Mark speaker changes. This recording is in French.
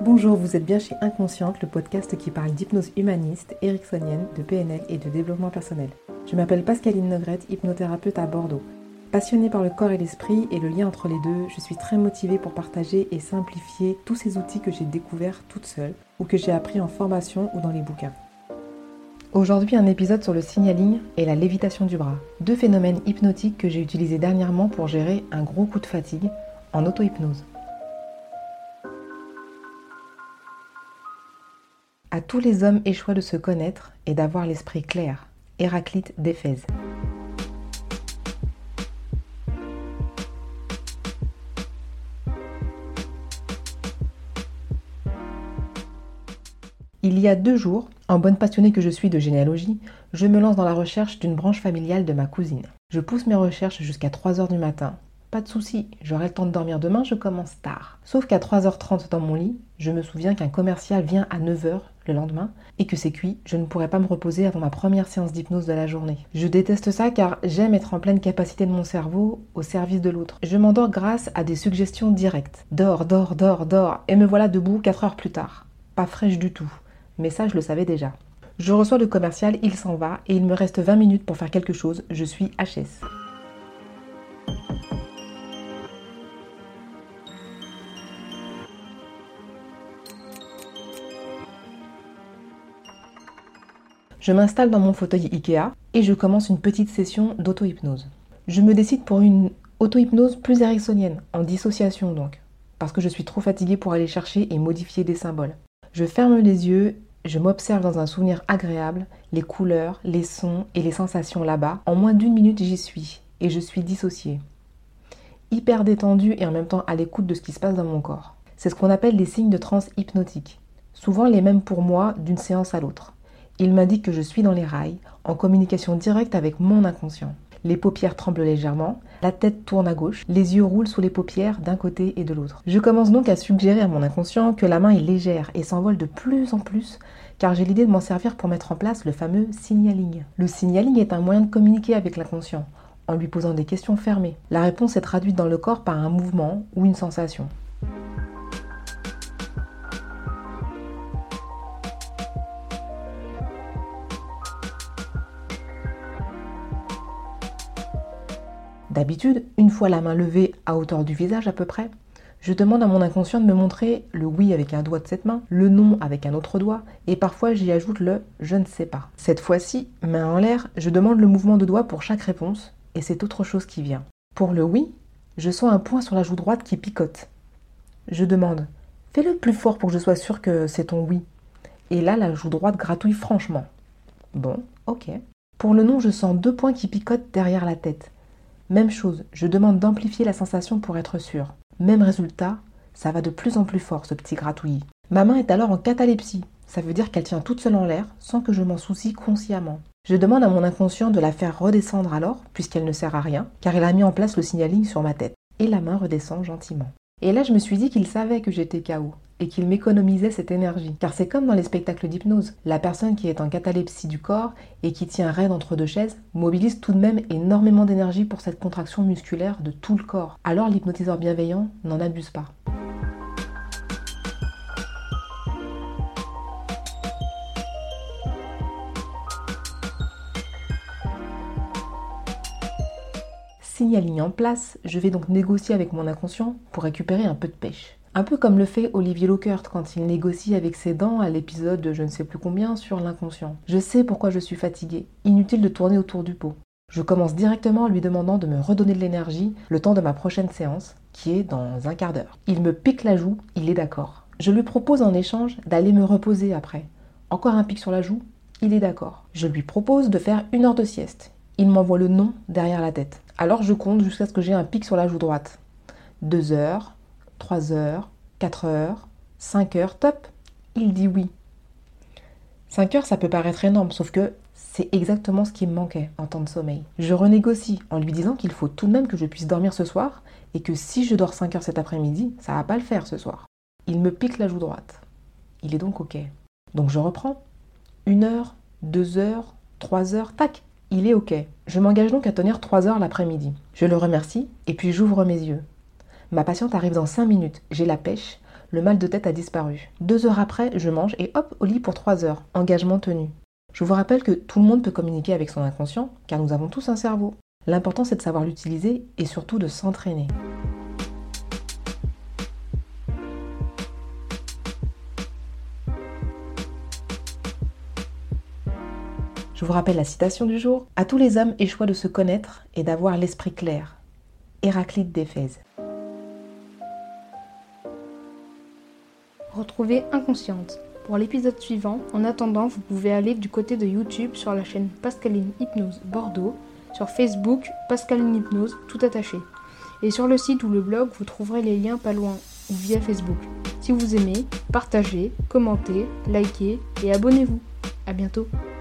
Speaker 1: Bonjour, vous êtes bien chez Inconsciente, le podcast qui parle d'hypnose humaniste, ericksonienne, de PNL et de développement personnel. Je m'appelle Pascaline Nogrette, hypnothérapeute à Bordeaux. Passionnée par le corps et l'esprit et le lien entre les deux, je suis très motivée pour partager et simplifier tous ces outils que j'ai découverts toute seule ou que j'ai appris en formation ou dans les bouquins. Aujourd'hui, un épisode sur le signaling et la lévitation du bras. Deux phénomènes hypnotiques que j'ai utilisés dernièrement pour gérer un gros coup de fatigue en auto-hypnose. À tous les hommes échoit de se connaître et d'avoir l'esprit clair. Héraclite d'Éphèse. Il y a 2 jours, en bonne passionnée que je suis de généalogie, je me lance dans la recherche d'une branche familiale de ma cousine. Je pousse mes recherches jusqu'à 3h du matin. Pas de souci, j'aurai le temps de dormir demain, je commence tard. Sauf qu'à 3h30 dans mon lit, je me souviens qu'un commercial vient à 9h le lendemain et que c'est cuit, je ne pourrai pas me reposer avant ma première séance d'hypnose de la journée. Je déteste ça car j'aime être en pleine capacité de mon cerveau au service de l'autre. Je m'endors grâce à des suggestions directes. Dors, dors, dors, dors, et me voilà debout 4 heures plus tard. Pas fraîche du tout, mais ça je le savais déjà. Je reçois le commercial, il s'en va et il me reste 20 minutes pour faire quelque chose, je suis HS. Je m'installe dans mon fauteuil Ikea et je commence une petite session d'auto-hypnose. Je me décide pour une auto-hypnose plus ericksonienne, en dissociation donc, parce que je suis trop fatiguée pour aller chercher et modifier des symboles. Je ferme les yeux, je m'observe dans un souvenir agréable, les couleurs, les sons et les sensations là-bas. En moins d'1 minute, j'y suis et je suis dissociée. Hyper détendue et en même temps à l'écoute de ce qui se passe dans mon corps. C'est ce qu'on appelle les signes de transe hypnotique, souvent les mêmes pour moi d'une séance à l'autre. Il m'indique que je suis dans les rails, en communication directe avec mon inconscient. Les paupières tremblent légèrement, la tête tourne à gauche, les yeux roulent sous les paupières d'un côté et de l'autre. Je commence donc à suggérer à mon inconscient que la main est légère et s'envole de plus en plus, car j'ai l'idée de m'en servir pour mettre en place le fameux signaling. Le signaling est un moyen de communiquer avec l'inconscient, en lui posant des questions fermées. La réponse est traduite dans le corps par un mouvement ou une sensation. D'habitude, une fois la main levée à hauteur du visage à peu près, je demande à mon inconscient de me montrer le oui avec un doigt de cette main, le non avec un autre doigt, et parfois j'y ajoute le je ne sais pas. Cette fois-ci, main en l'air, je demande le mouvement de doigt pour chaque réponse, et c'est autre chose qui vient. Pour le oui, je sens un point sur la joue droite qui picote. Je demande « Fais-le plus fort pour que je sois sûre que c'est ton oui ». Et là, la joue droite gratouille franchement. Bon, ok. Pour le non, je sens 2 points qui picotent derrière la tête. Même chose, je demande d'amplifier la sensation pour être sûre. Même résultat, ça va de plus en plus fort ce petit gratouillis. Ma main est alors en catalepsie, ça veut dire qu'elle tient toute seule en l'air sans que je m'en soucie consciemment. Je demande à mon inconscient de la faire redescendre alors, puisqu'elle ne sert à rien, car il a mis en place le signaling sur ma tête. Et la main redescend gentiment. Et là je me suis dit qu'il savait que j'étais KO et qu'il m'économisait cette énergie. Car c'est comme dans les spectacles d'hypnose. La personne qui est en catalepsie du corps et qui tient raide entre 2 chaises mobilise tout de même énormément d'énergie pour cette contraction musculaire de tout le corps. Alors l'hypnotiseur bienveillant n'en abuse pas. Signaling en place, je vais donc négocier avec mon inconscient pour récupérer un peu de pêche. Un peu comme le fait Olivier Lockert quand il négocie avec ses dents à l'épisode de je ne sais plus combien sur l'inconscient. Je sais pourquoi je suis fatiguée, inutile de tourner autour du pot. Je commence directement en lui demandant de me redonner de l'énergie le temps de ma prochaine séance, qui est dans un quart d'heure. Il me pique la joue, il est d'accord. Je lui propose en échange d'aller me reposer après. Encore un pic sur la joue, il est d'accord. Je lui propose de faire 1 heure de sieste. Il m'envoie le non derrière la tête. Alors je compte jusqu'à ce que j'ai un pic sur la joue droite. 2 heures, 3 heures, 4 heures, 5 heures, top, il dit oui. 5 heures, ça peut paraître énorme, sauf que c'est exactement ce qui me manquait en temps de sommeil. Je renégocie en lui disant qu'il faut tout de même que je puisse dormir ce soir et que si je dors 5 heures cet après-midi, ça va pas le faire ce soir. Il me pique la joue droite. Il est donc ok. Donc je reprends. 1 heure, 2 heures, 3 heures, tac, il est ok. Je m'engage donc à tenir 3 heures l'après-midi. Je le remercie et puis j'ouvre mes yeux. Ma patiente arrive dans 5 minutes. J'ai la pêche. le mal de tête a disparu. 2 heures après, je mange et hop, au lit pour 3 heures. Engagement tenu. Je vous rappelle que tout le monde peut communiquer avec son inconscient, car nous avons tous un cerveau. L'important c'est de savoir l'utiliser et surtout de s'entraîner. Je vous rappelle la citation du jour. À tous les hommes échoit de se connaître et d'avoir l'esprit clair. Héraclite d'Éphèse.
Speaker 2: Retrouvez Inconsciente. Pour l'épisode suivant, en attendant, vous pouvez aller du côté de YouTube sur la chaîne Pascaline Hypnose Bordeaux, sur Facebook Pascaline Hypnose tout attaché. Et sur le site ou le blog, vous trouverez les liens pas loin ou via Facebook. Si vous aimez, partagez, commentez, likez et abonnez-vous. À bientôt.